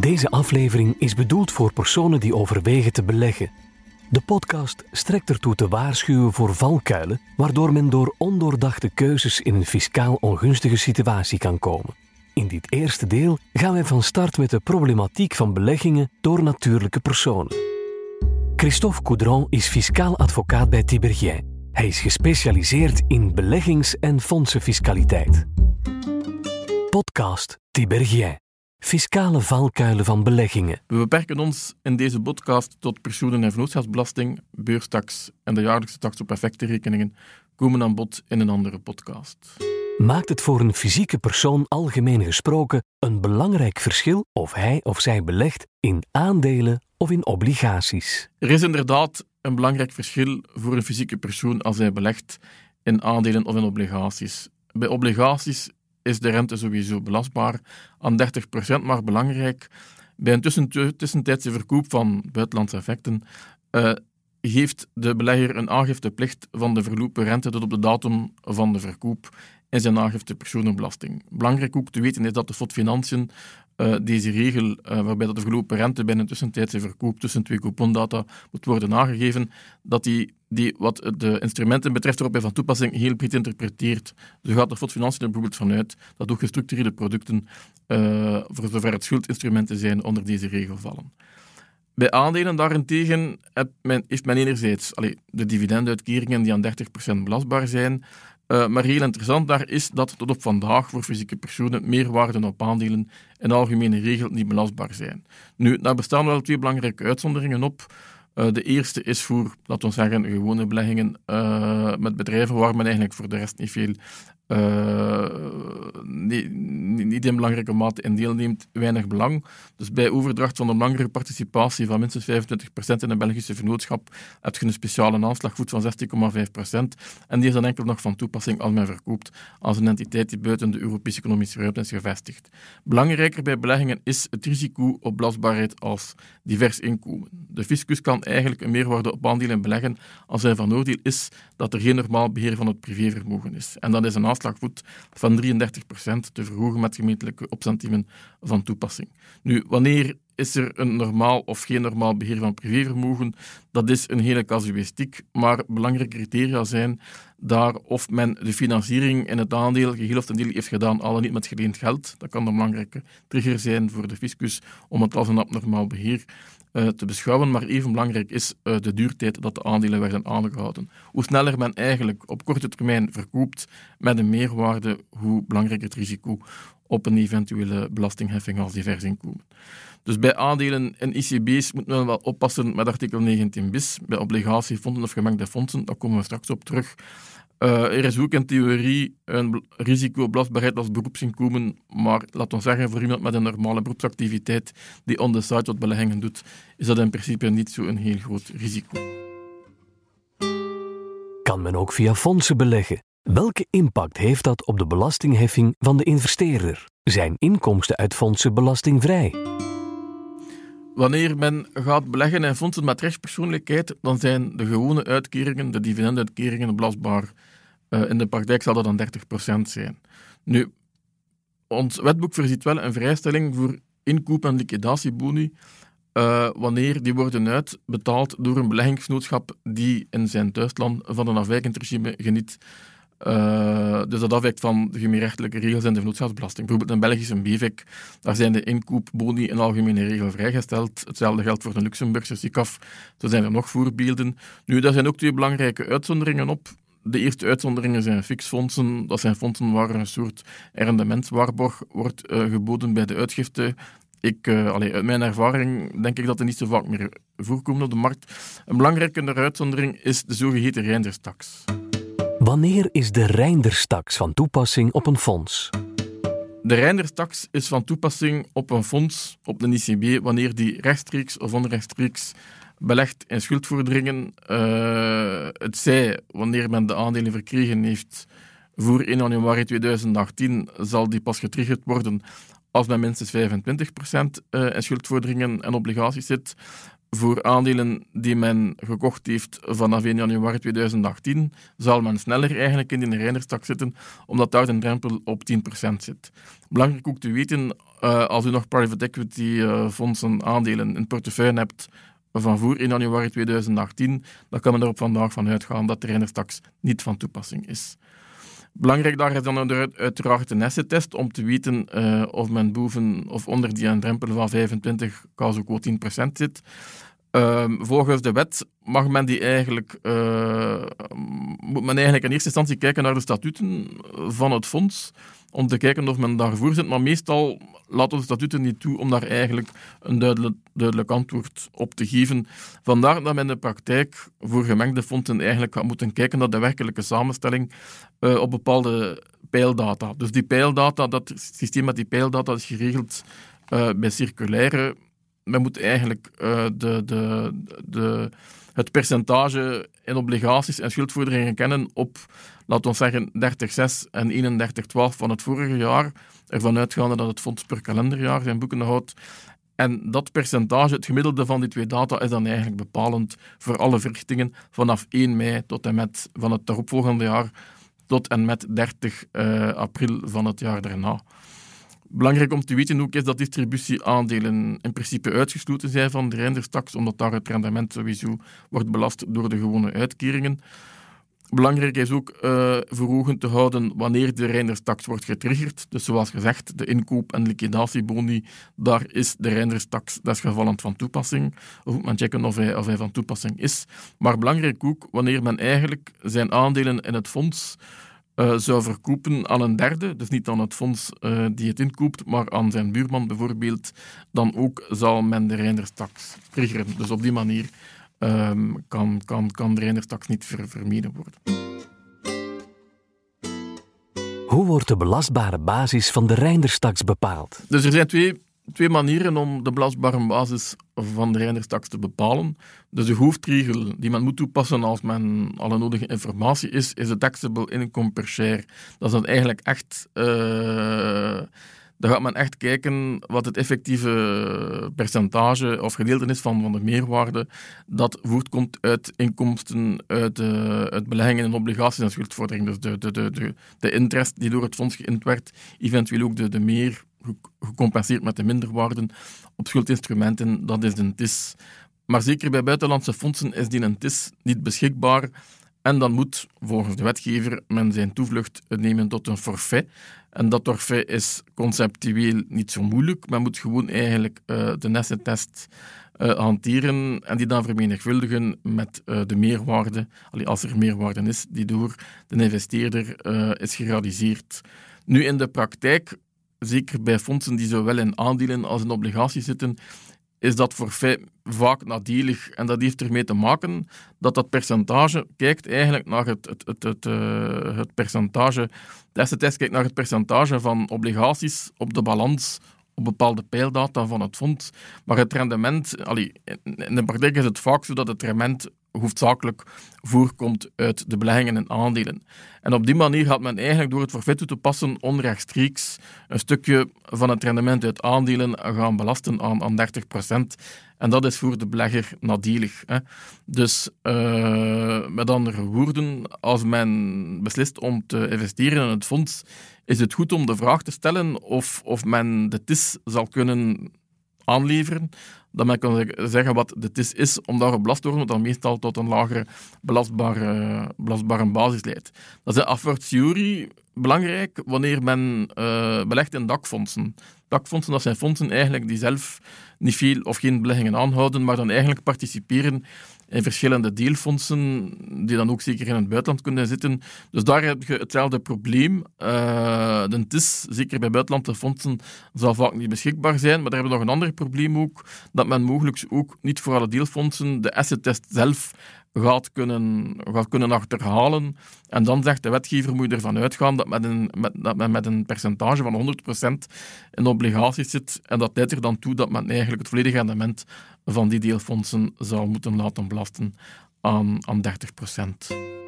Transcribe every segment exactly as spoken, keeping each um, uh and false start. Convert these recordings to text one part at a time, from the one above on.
Deze aflevering is bedoeld voor personen die overwegen te beleggen. De podcast strekt ertoe te waarschuwen voor valkuilen, waardoor men door ondoordachte keuzes in een fiscaal ongunstige situatie kan komen. In dit eerste deel gaan wij van start met de problematiek van beleggingen door natuurlijke personen. Christophe Coudron is fiscaal advocaat bij Tiberghien. Hij is gespecialiseerd in beleggings- en fondsenfiscaliteit. Podcast Tiberghien. Fiscale valkuilen van beleggingen. We beperken ons in deze podcast tot personen- en vennootschapsbelasting, beurstaks en de jaarlijkse tax op effectenrekeningen komen aan bod in een andere podcast. Maakt het voor een fysieke persoon algemeen gesproken een belangrijk verschil of hij of zij belegt in aandelen of in obligaties? Er is inderdaad een belangrijk verschil voor een fysieke persoon als hij belegt in aandelen of in obligaties. Bij obligaties is de rente sowieso belastbaar aan dertig procent, maar belangrijk, bij een tussentijdse verkoop van buitenlandse effecten uh, geeft de belegger een aangifteplicht van de verlopen rente tot op de datum van de verkoop in zijn aangifte personenbelasting. Belangrijk ook te weten is dat de F O D Financiën uh, deze regel, uh, waarbij dat de verlopen rente bij een tussentijdse verkoop tussen twee coupondata moet worden aangegeven, dat die, die wat de instrumenten betreft waarop hij van toepassing heel breed interpreteert. Zo gaat de F O D Financiën er bijvoorbeeld vanuit dat ook gestructureerde producten, uh, voor zover het schuldinstrumenten zijn, onder deze regel vallen. Bij aandelen daarentegen heeft men enerzijds allee, de dividenduitkeringen die aan dertig procent belastbaar zijn, uh, maar heel interessant daar is dat tot op vandaag voor fysieke personen meerwaarden op aandelen in algemene regel niet belastbaar zijn. Nu, daar bestaan wel twee belangrijke uitzonderingen op. Uh, de eerste is voor, laten we zeggen, gewone beleggingen uh, met bedrijven waar men eigenlijk voor de rest niet veel Uh, niet, niet in belangrijke mate in deelneemt, weinig belang. Dus bij overdracht van een belangrijke participatie van minstens vijfentwintig procent in een Belgische vennootschap heb je een speciale aanslagvoet van zestien komma vijf procent en die is dan enkel nog van toepassing als men verkoopt als een entiteit die buiten de Europese economische ruimte is gevestigd. Belangrijker bij beleggingen is het risico op belastbaarheid als divers inkomen. De fiscus kan eigenlijk een meerwaarde op aandelen beleggen als hij van oordeel is dat er geen normaal beheer van het privévermogen is. En dat is een aanslagvoet van drieëndertig procent te verhogen met gemeentelijke opcentiemen van toepassing. Nu, wanneer is er een normaal of geen normaal beheer van privévermogen? Dat is een hele casuïstiek, maar belangrijke criteria zijn daar of men de financiering in het aandeel geheel of ten dele heeft gedaan, al dan niet met geleend geld. Dat kan een belangrijke trigger zijn voor de fiscus om het als een abnormaal beheer uh, te beschouwen, maar even belangrijk is uh, de duurtijd dat de aandelen werden aangehouden. Hoe sneller men eigenlijk op korte termijn verkoopt met een meerwaarde, hoe belangrijker het risico op een eventuele belastingheffing als divers inkomen. Dus bij aandelen en I C B's moet men wel oppassen met artikel negentien bis. Bij obligatiefondsen of gemengde fondsen, daar komen we straks op terug. Uh, er is ook in theorie een risico op belastbaarheid als beroepsinkomen, maar laten we zeggen, voor iemand met een normale beroepsactiviteit die on the side wat beleggingen doet, is dat in principe niet zo'n heel groot risico. Kan men ook via fondsen beleggen? Welke impact heeft dat op de belastingheffing van de investeerder? Zijn inkomsten uit fondsen belastingvrij? Wanneer men gaat beleggen in fondsen met rechtspersoonlijkheid, dan zijn de gewone uitkeringen, de dividenduitkeringen, belastbaar. Uh, in de praktijk zal dat dan dertig procent zijn. Nu, ons wetboek voorziet wel een vrijstelling voor inkoop- en liquidatieboni, uh, wanneer die worden uitbetaald door een beleggingsgenootschap die in zijn thuisland van een afwijkend regime geniet. Uh, dus dat afwijkt van de gemeenrechtelijke regels en de vennootschapsbelasting. Bijvoorbeeld in Belgische B V I C, daar zijn de inkoopboni in algemene regel vrijgesteld. Hetzelfde geldt voor de Luxemburgse S I C A F. Zo zijn er nog voorbeelden. Nu, daar zijn ook twee belangrijke uitzonderingen op. De eerste uitzonderingen zijn fixfondsen. Dat zijn fondsen waar een soort rendementswaarborg wordt uh, geboden bij de uitgifte. Ik, uh, allee, uit mijn ervaring denk ik dat er niet zo vaak meer voorkomen op de markt. Een belangrijke uitzondering is de zogeheten Reinderstax. Wanneer is de Reinderstax van toepassing op een fonds? De Reinderstax is van toepassing op een fonds, op de I C B, wanneer die rechtstreeks of onrechtstreeks belegt in schuldvorderingen. Uh, het zij, wanneer men de aandelen verkregen heeft voor één januari tweeduizend achttien, zal die pas getriggerd worden als men minstens vijfentwintig procent in schuldvorderingen en obligaties zit. voor aandelen die men gekocht heeft vanaf één januari tweeduizend achttien, zal men sneller eigenlijk in die Reinder-tax zitten, omdat daar de drempel op tien procent zit. Belangrijk ook te weten, uh, als u nog private equity uh, fondsen aandelen in portefeuille hebt van voor één januari tweeduizend achttien, dan kan men er op vandaag van uitgaan dat de Reinder-tax niet van toepassing is. Belangrijk daar is dan uiteraard een asset-test om te weten uh, of men boven of onder die drempel van vijfentwintig, casu quo tien procent zit. Uh, volgens de wet mag men die eigenlijk, uh, moet men eigenlijk in eerste instantie kijken naar de statuten van het fonds, om te kijken of men daarvoor zit. Maar meestal laten de statuten niet toe om daar eigenlijk een duidelijk, duidelijk antwoord op te geven. Vandaar dat men in de praktijk voor gemengde fondsen eigenlijk gaat moeten kijken naar de werkelijke samenstelling uh, op bepaalde peildata. Dus die peildata, dat systeem met die peildata is geregeld uh, bij circulaire. Men moet eigenlijk uh, de, de, de, het percentage in obligaties en schuldvorderingen kennen op, laten we zeggen, dertig komma zes en eenendertig komma twaalf van het vorige jaar, ervan uitgaande dat het fonds per kalenderjaar zijn boeken houdt. En dat percentage, het gemiddelde van die twee data, is dan eigenlijk bepalend voor alle verrichtingen vanaf één mei tot en met van het daaropvolgende jaar tot en met dertig april van het jaar daarna. Belangrijk om te weten ook is dat distributieaandelen in principe uitgesloten zijn van de Reinder-tax, omdat daar het rendement sowieso wordt belast door de gewone uitkeringen. Belangrijk is ook uh, voor ogen te houden wanneer de Reinder-tax wordt getriggerd. Dus zoals gezegd, de inkoop- en liquidatieboni, daar is de Reinder-tax desgevallend van toepassing. Of moet men checken of hij, of hij van toepassing is. Maar belangrijk ook wanneer men eigenlijk zijn aandelen in het fonds Uh, zou verkopen aan een derde, dus niet aan het fonds uh, die het inkoopt, maar aan zijn buurman bijvoorbeeld, dan ook zal men de Reinder-tax triggeren. Dus op die manier um, kan, kan, kan de Reinder-tax niet ver, vermeden worden. Hoe wordt de belastbare basis van de Reinder-tax bepaald? Dus er zijn twee, twee manieren om de belastbare basis van de Reinder-tax te bepalen. Dus de hoofdregel die men moet toepassen als men alle nodige informatie is, is de taxable income per share. Dat is dan eigenlijk echt... Uh, dan gaat men echt kijken wat het effectieve percentage of gedeelte is van, van de meerwaarde dat voortkomt uit inkomsten, uit, uh, uit beleggingen in obligaties en schuldvorderingen. Dus de, de, de, de, de interest die door het fonds geïnd werd, eventueel ook de, de meer gecompenseerd met de minderwaarden op schuldinstrumenten, dat is een T I S. Maar zeker bij buitenlandse fondsen is die een T I S niet beschikbaar. En dan moet, volgens de wetgever, men zijn toevlucht nemen tot een forfait. En dat forfait is conceptueel niet zo moeilijk. Men moet gewoon eigenlijk uh, de asset-test uh, hanteren en die dan vermenigvuldigen met uh, de meerwaarde, allee, als er meerwaarde is, die door de investeerder uh, is gerealiseerd. Nu, in de praktijk, zeker bij fondsen die zowel in aandelen als in obligaties zitten, is dat forfait vaak nadelig. En dat heeft ermee te maken dat dat percentage kijkt eigenlijk naar het, het, het, het, uh, het percentage... De asset-test kijkt naar het percentage van obligaties op de balans op bepaalde peildata van het fonds. Maar het rendement... Allee, in de praktijk is het vaak zo dat het rendement hoofdzakelijk voorkomt uit de beleggingen en aandelen. En op die manier gaat men eigenlijk door het forfait toe te passen onrechtstreeks een stukje van het rendement uit aandelen gaan belasten aan, aan dertig procent. En dat is voor de belegger nadelig. Hè. Dus uh, met andere woorden, als men beslist om te investeren in het fonds, is het goed om de vraag te stellen of, of men de T I S zal kunnen aanleveren, dat men kan zeggen wat de T I S is om daarop belast te worden, wat dan meestal tot een lagere belastbare, belastbare basis leidt. Dat is a fortiori belangrijk wanneer men uh, belegt in D A C-fondsen. D A C-fondsen, dat zijn fondsen eigenlijk die zelf niet veel of geen beleggingen aanhouden, maar dan eigenlijk participeren in verschillende deelfondsen, die dan ook zeker in het buitenland kunnen zitten. Dus daar heb je hetzelfde probleem. Uh, de T I S, zeker bij buitenlandse fondsen, zal vaak niet beschikbaar zijn. Maar daar hebben we nog een ander probleem ook, dat men mogelijk ook niet voor alle deelfondsen de asset-test zelf gaat kunnen, gaat kunnen achterhalen. En dan zegt de wetgever, moet je ervan uitgaan dat men, een, met, dat men met een percentage van honderd procent in obligaties zit. En dat leidt er dan toe dat men eigenlijk het volledige rendement van die deelfondsen zou moeten laten belasten aan, aan dertig procent.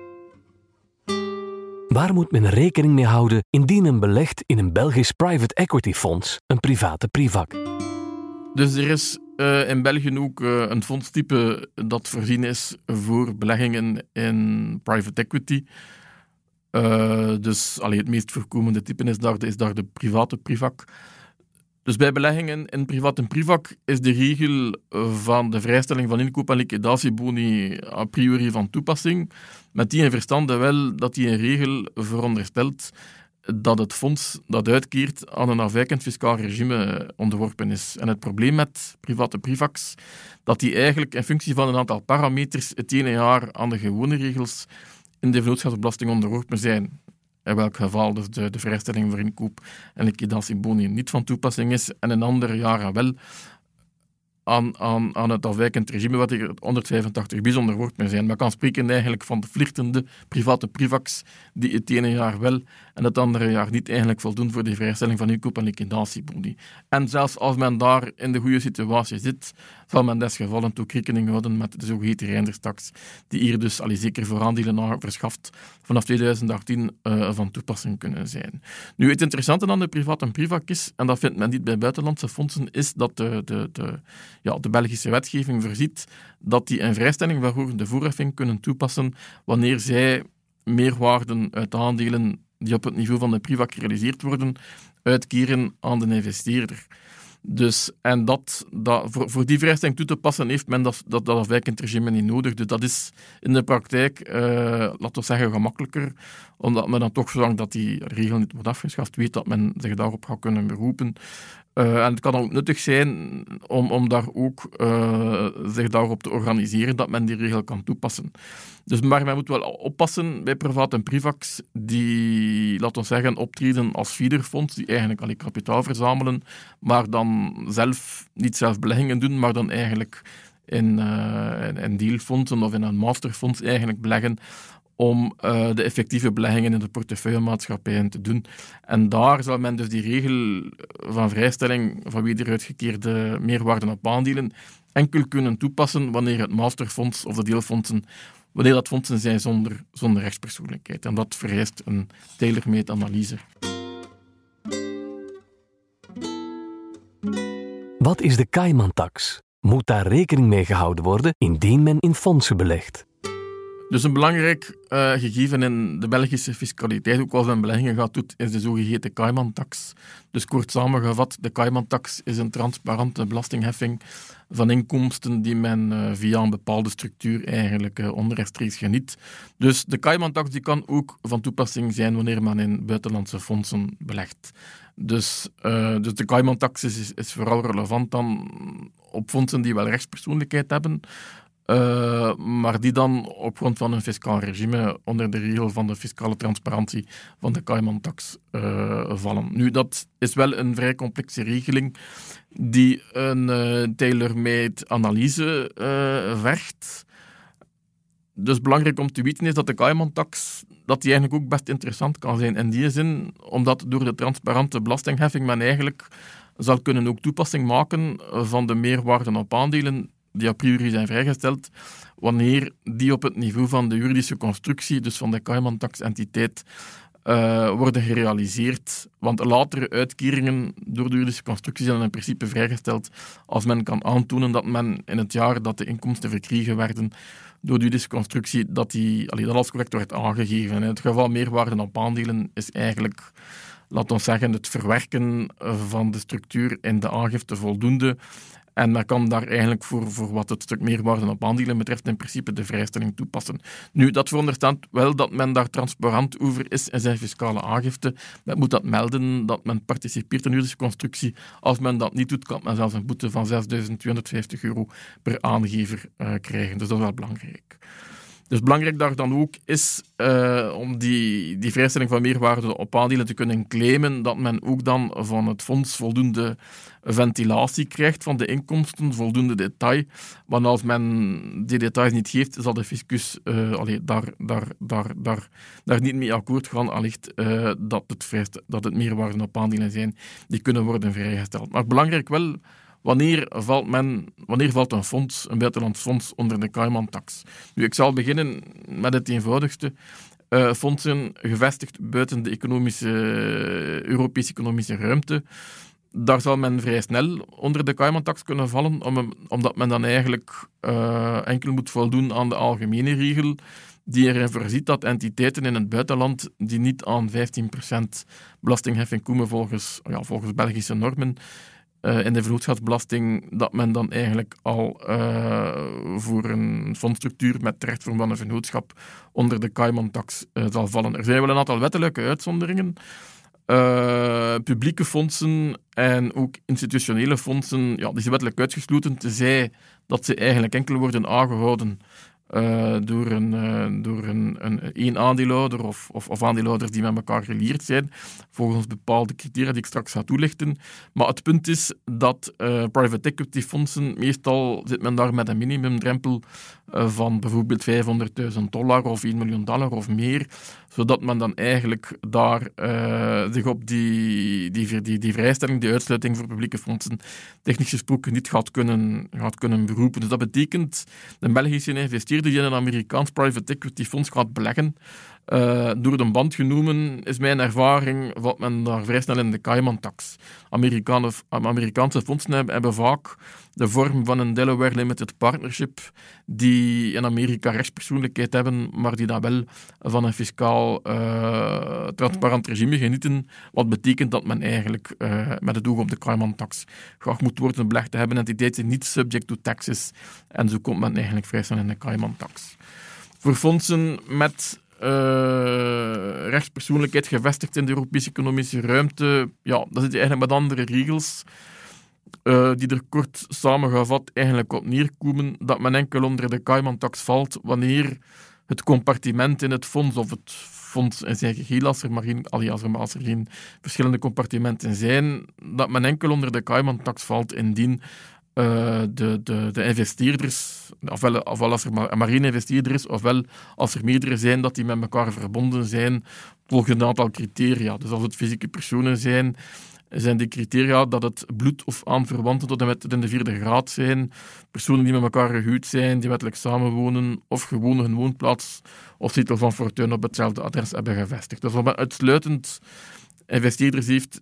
Waar moet men rekening mee houden indien men belegt in een Belgisch private equity fonds, een private privac? Dus er is uh, in België ook uh, een fondstype dat voorzien is voor beleggingen in private equity. Uh, dus allee, het meest voorkomende type is daar, is daar de private privac. Dus bij beleggingen in privat en privac is de regel van de vrijstelling van inkoop- en liquidatieboni a priori van toepassing. Met die in verstande wel dat die een regel veronderstelt dat het fonds dat uitkeert aan een afwijkend fiscaal regime onderworpen is. En het probleem met private privacs, dat die eigenlijk in functie van een aantal parameters het ene jaar aan de gewone regels in de vennootschapsbelasting onderworpen zijn. In welk geval dus de, de vrijstelling voor inkoop- en liquidatieboni niet van toepassing is en in andere jaren wel aan, aan, aan het afwijkend regime wat er honderdvijfentachtig bis onderworpen zijn. Men kan spreken eigenlijk van de flirtende private privacs die het ene jaar wel en het andere jaar niet eigenlijk voldoen voor de vrijstelling van inkoop- en liquidatieboni. En zelfs als men daar in de goede situatie zit, zal men desgevallen ook rekening houden met de zogeheten Reinderstax, die hier dus allee, zeker voor aandelen verschaft vanaf tweeduizend achttien uh, van toepassing kunnen zijn. Nu, het interessante aan de privat en privac is, en dat vindt men niet bij buitenlandse fondsen, is dat de, de, de, ja, de Belgische wetgeving voorziet dat die een vrijstelling van de voorheffing kunnen toepassen wanneer zij meerwaarden uit aandelen die op het niveau van de privac gerealiseerd worden, uitkeren aan de investeerder. Dus, en dat, dat, voor, voor die vrijstelling toe te passen heeft men dat, dat, dat afwijkend regime niet nodig. Dus dat is in de praktijk, uh, laten we zeggen, gemakkelijker, omdat men dan toch, zolang dat die regel niet wordt afgeschaft, weet dat men zich daarop gaat kunnen beroepen. Uh, en het kan ook nuttig zijn om, om daar ook uh, zich daarop te organiseren dat men die regel kan toepassen. Dus, maar men moet wel oppassen bij privaat en privacs die, laten we zeggen, optreden als feederfonds, die eigenlijk al die kapitaal verzamelen, maar dan zelf niet zelf beleggingen doen, maar dan eigenlijk in, uh, in, in dealfondsen of in een masterfonds eigenlijk beleggen om uh, de effectieve beleggingen in de portefeuillemaatschappijen te doen. En daar zal men dus die regel van vrijstelling van wederuitgekeerde meerwaarden op aandelen enkel kunnen toepassen wanneer het masterfonds of de deelfondsen, wanneer dat fondsen zijn zonder, zonder rechtspersoonlijkheid. En dat vereist een tailor-made analyse. Wat is de Cayman-tax? Moet daar rekening mee gehouden worden indien men in fondsen belegt? Dus een belangrijk uh, gegeven in de Belgische fiscaliteit, ook als men beleggingen gaat doen, is de zogeheten Cayman-tax. Dus kort samengevat, de Cayman-tax is een transparante belastingheffing van inkomsten die men uh, via een bepaalde structuur eigenlijk uh, onrechtstreeks geniet. Dus de Cayman-tax die kan ook van toepassing zijn wanneer men in buitenlandse fondsen belegt. Dus, uh, dus de Cayman-tax is, is vooral relevant dan op fondsen die wel rechtspersoonlijkheid hebben, Uh, maar die dan op grond van een fiscaal regime onder de regel van de fiscale transparantie van de Cayman-tax uh, vallen. Nu, dat is wel een vrij complexe regeling die een uh, tailor-made analyse uh, vergt. Dus belangrijk om te weten is dat de Cayman-tax dat die eigenlijk ook best interessant kan zijn. In die zin, omdat door de transparante belastingheffing men eigenlijk zal kunnen ook toepassing maken van de meerwaarden op aandelen die a priori zijn vrijgesteld, wanneer die op het niveau van de juridische constructie, dus van de Cayman-tax-entiteit, uh, worden gerealiseerd. Want latere uitkeringen door de juridische constructie zijn in principe vrijgesteld als men kan aantonen dat men in het jaar dat de inkomsten verkregen werden door de juridische constructie, dat, die, allee, dat alles correct werd aangegeven. In het geval meerwaarden op aandelen is eigenlijk, laten we zeggen, het verwerken van de structuur in de aangifte voldoende. En men kan daar eigenlijk voor, voor wat het stuk meerwaarde op aandelen betreft in principe de vrijstelling toepassen. Nu, dat veronderstelt wel dat men daar transparant over is in zijn fiscale aangifte. Men moet dat melden, dat men participeert in de juridische constructie. Als men dat niet doet, kan men zelfs een boete van zesduizend tweehonderdvijftig euro per aangever uh, krijgen. Dus dat is wel belangrijk. Dus belangrijk daar dan ook is uh, om die, die vrijstelling van meerwaarde op aandelen te kunnen claimen, dat men ook dan van het fonds voldoende ventilatie krijgt van de inkomsten, voldoende detail. Want als men die details niet geeft, zal de fiscus uh, allee, daar, daar, daar, daar, daar niet mee akkoord gaan, allicht uh, dat, het vrijst, dat het meerwaarden op aandelen zijn die kunnen worden vrijgesteld. Maar belangrijk wel, Wanneer valt, men, wanneer valt een fonds, een buitenlands fonds, onder de Cayman-tax? Nu, ik zal beginnen met het eenvoudigste. Uh, fondsen gevestigd buiten de economische, uh, Europese economische ruimte. daar zal men vrij snel onder de Cayman-tax kunnen vallen, om, omdat men dan eigenlijk uh, enkel moet voldoen aan de algemene regel die erin voorziet dat entiteiten in het buitenland die niet aan vijftien procent belastingheffing komen volgens, ja, volgens Belgische normen uh, in de vennootschapsbelasting, dat men dan eigenlijk al uh, voor een fondsstructuur met terechtvorm van een vennootschap onder de Cayman-tax uh, zal vallen. Er zijn wel een aantal wettelijke uitzonderingen. Uh, publieke fondsen en ook institutionele fondsen, ja, die zijn wettelijk uitgesloten, tenzij dat ze eigenlijk enkel worden aangehouden uh, door een, uh, door een, een, een aandeelhouder of, of, of aandeelhouders die met elkaar gelieerd zijn, volgens bepaalde criteria die ik straks ga toelichten. Maar het punt is dat uh, private equity fondsen, meestal zit men daar met een minimumdrempel uh, van bijvoorbeeld vijfhonderdduizend dollar of één miljoen dollar of meer, zodat men dan eigenlijk daar uh, zich op die, die, die, die vrijstelling, die uitsluiting voor publieke fondsen, technisch gesproken niet gaat kunnen, gaat kunnen beroepen. Dus dat betekent, een Belgische investeerder die in een Amerikaans private equity fonds gaat beleggen, Uh, door de band genomen, is mijn ervaring, valt men daar vrij snel in de Cayman-tax. Amerikaanse fondsen hebben, hebben vaak de vorm van een Delaware Limited Partnership, die in Amerika rechtspersoonlijkheid hebben, maar die dan wel van een fiscaal uh, transparant regime genieten, wat betekent dat men eigenlijk uh, met het oog op de Cayman-tax graag moet worden belegd te hebben, entiteiten niet subject to taxes, en zo komt men eigenlijk vrij snel in de Cayman-tax. Voor fondsen met Uh, rechtspersoonlijkheid gevestigd in de Europese economische ruimte, ja, dat zit eigenlijk met andere regels uh, die er kort samengevat eigenlijk op neerkomen dat men enkel onder de Cayman-tax valt wanneer het compartiment in het fonds of het fonds in zijn geheel, als er, maar geen, als er, als er geen verschillende compartimenten zijn, dat men enkel onder de Cayman-tax valt indien Uh, de, de, de investeerders, ofwel, ofwel als er maar, maar één investeerder is, ofwel als er meerdere zijn, dat die met elkaar verbonden zijn volgens een aantal criteria. Dus als het fysieke personen zijn, zijn die criteria dat het bloed- of aanverwanten tot en met in de vierde graad zijn, personen die met elkaar gehuwd zijn, die wettelijk samenwonen, of gewoon hun woonplaats of zetel van fortuin op hetzelfde adres hebben gevestigd. Dus wat uitsluitend investeerders heeft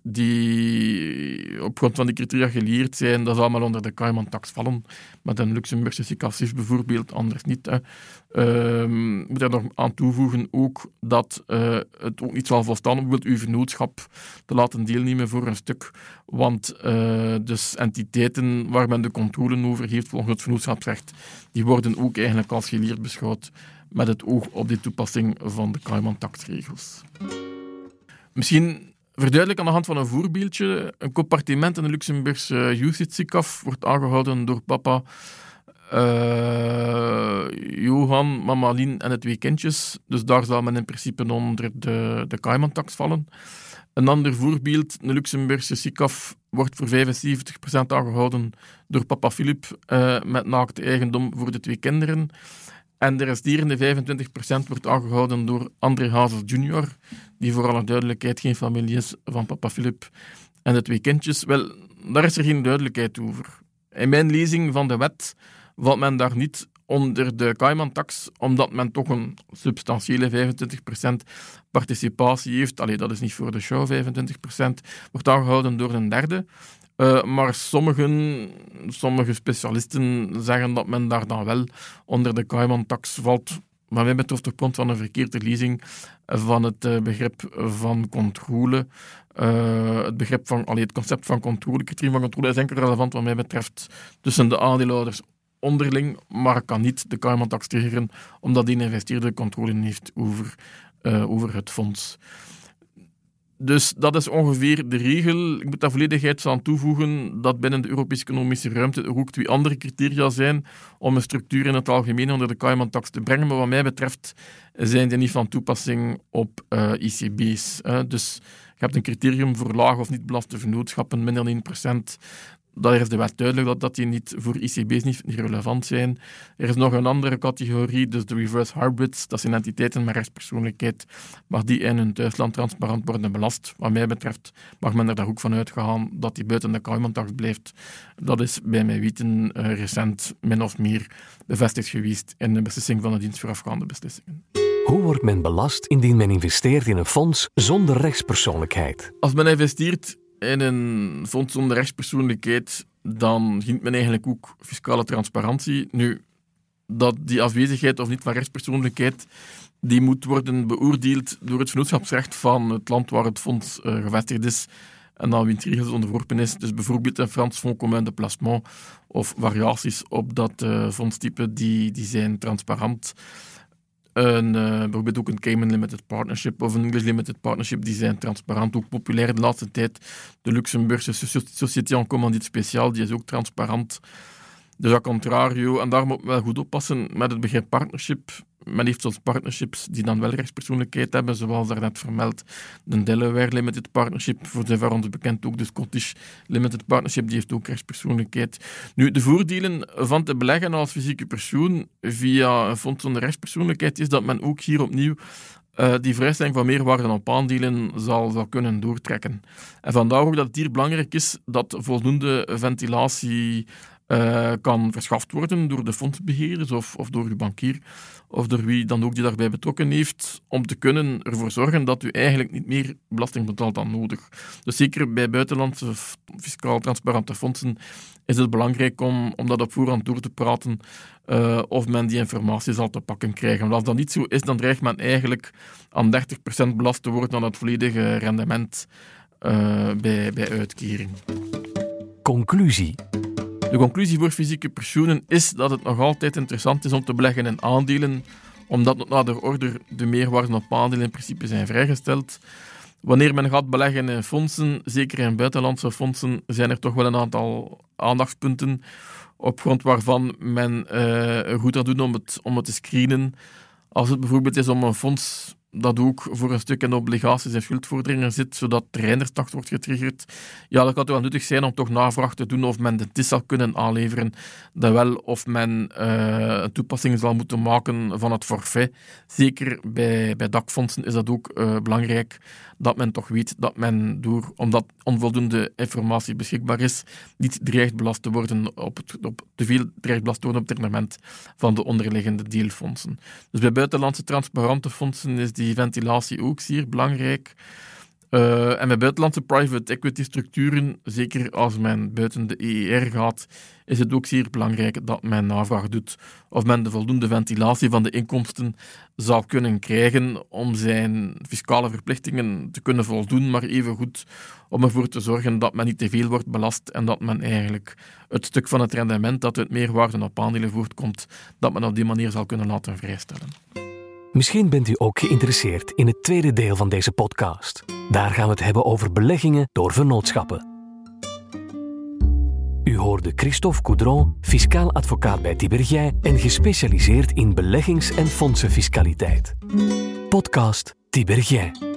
die op grond van die criteria gelieerd zijn, dat zal allemaal onder de Cayman-tax vallen. Met een Luxemburgse S I C A S I F bijvoorbeeld, anders niet. Hè. Uh, ik moet er nog aan toevoegen ook dat uh, het ook niet zal volstaan om bijvoorbeeld uw vennootschap te laten deelnemen voor een stuk, want uh, dus entiteiten waar men de controle over heeft volgens het vennootschapsrecht, die worden ook eigenlijk als geleerd beschouwd met het oog op de toepassing van de Cayman-taxregels. Misschien verduidelijk aan de hand van een voorbeeldje. Een compartiment in de Luxemburgse U C I T S I C A F wordt aangehouden door papa uh, Johan, mama Lien en de twee kindjes. Dus daar zal men in principe onder de, de Cayman-tax vallen. Een ander voorbeeld, de Luxemburgse S I C A F wordt voor vijfenzeventig procent aangehouden door papa Filip uh, met naakte eigendom voor de twee kinderen. En de resterende vijfentwintig procent wordt aangehouden door André Hazes junior, die voor alle duidelijkheid geen familie is van papa Filip en de twee kindjes. Wel, daar is er geen duidelijkheid over. In mijn lezing van de wet valt men daar niet onder de Cayman-tax, omdat men toch een substantiële vijfentwintig procent participatie heeft. Allee, dat is niet voor de show, vijfentwintig procent wordt aangehouden door een derde. Uh, maar sommigen, sommige specialisten zeggen dat men daar dan wel onder de Cayman-tax valt. Wat mij betreft op grond van een verkeerde lezing van het uh, begrip van controle. Uh, het, begrip van, allee, het concept van controle, het criterium van controle is enkel relevant wat mij betreft tussen de aandeelhouders onderling, maar kan niet de Cayman-tax triggeren, omdat die investeerder controle heeft over, uh, over het fonds. Dus dat is ongeveer de regel. Ik moet daar volledigheids aan toevoegen dat binnen de Europese economische ruimte er ook twee andere criteria zijn om een structuur in het algemeen onder de Cayman-tax te brengen. Maar wat mij betreft zijn die niet van toepassing op uh, I C B's. Hè. Dus je hebt een criterium voor laag of niet belaste vennootschappen, minder dan één procent. Daar is de wet duidelijk dat, dat die niet voor I C B's niet, niet relevant zijn. Er is nog een andere categorie, dus de reverse hybrids. Dat zijn entiteiten met rechtspersoonlijkheid, maar die in hun thuisland transparant worden belast. Wat mij betreft mag men er daar ook van uitgaan dat die buiten de Cayman-tax blijft. Dat is bij mijn weten uh, recent min of meer bevestigd geweest in de beslissing van de dienst voorafgaande beslissingen. Hoe wordt men belast indien men investeert in een fonds zonder rechtspersoonlijkheid? Als men investeert in een fonds zonder rechtspersoonlijkheid, dan dient men eigenlijk ook fiscale transparantie. Nu, dat die afwezigheid of niet van rechtspersoonlijkheid, die moet worden beoordeeld door het vennootschapsrecht van het land waar het fonds uh, gevestigd is en aan wiens regels onderworpen is. Dus bijvoorbeeld een Frans Fonds Commun de Placement of variaties op dat uh, fondstype, die, die zijn transparant. Een, uh, bijvoorbeeld ook een Cayman Limited Partnership of een English Limited Partnership, die zijn transparant. Ook populair de laatste tijd. De Luxemburgse Société en Commandite Spéciale, die is ook transparant. Dus à contrario, en daar moet men wel goed oppassen met het begrip partnership. Men heeft soms partnerships die dan wel rechtspersoonlijkheid hebben, zoals daarnet vermeld de Delaware Limited Partnership, voor zover ons bekend ook de Scottish Limited Partnership, die heeft ook rechtspersoonlijkheid. Nu, de voordelen van te beleggen als fysieke persoon via een fonds zonder rechtspersoonlijkheid is dat men ook hier opnieuw Uh, die vrijstelling van meerwaarde op aandelen zal, zal kunnen doortrekken. En vandaar ook dat het hier belangrijk is dat voldoende ventilatie uh, kan verschaft worden door de fondsbeheerders of, of door uw bankier of door wie dan ook die daarbij betrokken heeft, om te kunnen ervoor zorgen dat u eigenlijk niet meer belasting betaalt dan nodig. Dus zeker bij buitenlandse fiscaal transparante fondsen is het belangrijk om, om dat op voorhand door te praten uh, of men die informatie zal te pakken krijgen. Want als dat niet zo is, dan dreigt men eigenlijk aan dertig procent belast te worden aan het volledige rendement uh, bij, bij uitkering. Conclusie. De conclusie voor fysieke personen is dat het nog altijd interessant is om te beleggen in aandelen, omdat tot nader order de meerwaarden op aandelen in principe zijn vrijgesteld. Wanneer men gaat beleggen in fondsen, zeker in buitenlandse fondsen, zijn er toch wel een aantal aandachtspunten op grond waarvan men uh, goed aan doet om het, om het te screenen. Als het bijvoorbeeld is om een fonds dat ook voor een stuk in obligaties en schuldvorderingen zit, zodat de reinerstacht wordt getriggerd, ja, dat kan wel nuttig zijn om toch navraag te doen of men de T I S zal kunnen aanleveren, dan wel of men uh, een toepassing zal moeten maken van het forfait. Zeker bij, bij D A C-fondsen is dat ook uh, belangrijk, dat men toch weet dat men door, omdat onvoldoende informatie beschikbaar is, niet dreigt belast te worden op, het, op te veel dreigt belast te worden op het rendement van de onderliggende deelfondsen. Dus bij buitenlandse transparante fondsen is die ventilatie ook zeer belangrijk. Uh, en bij buitenlandse private equity structuren, zeker als men buiten de E E R gaat, is het ook zeer belangrijk dat men navraag doet of men de voldoende ventilatie van de inkomsten zal kunnen krijgen om zijn fiscale verplichtingen te kunnen voldoen, maar evengoed om ervoor te zorgen dat men niet te veel wordt belast en dat men eigenlijk het stuk van het rendement dat uit meerwaarde op aandelen voortkomt, dat men op die manier zal kunnen laten vrijstellen. Misschien bent u ook geïnteresseerd in het tweede deel van deze podcast. Daar gaan we het hebben over beleggingen door vennootschappen. U hoorde Christophe Coudron, fiscaal advocaat bij Tiberghien en gespecialiseerd in beleggings- en fondsenfiscaliteit. Podcast Tiberghien.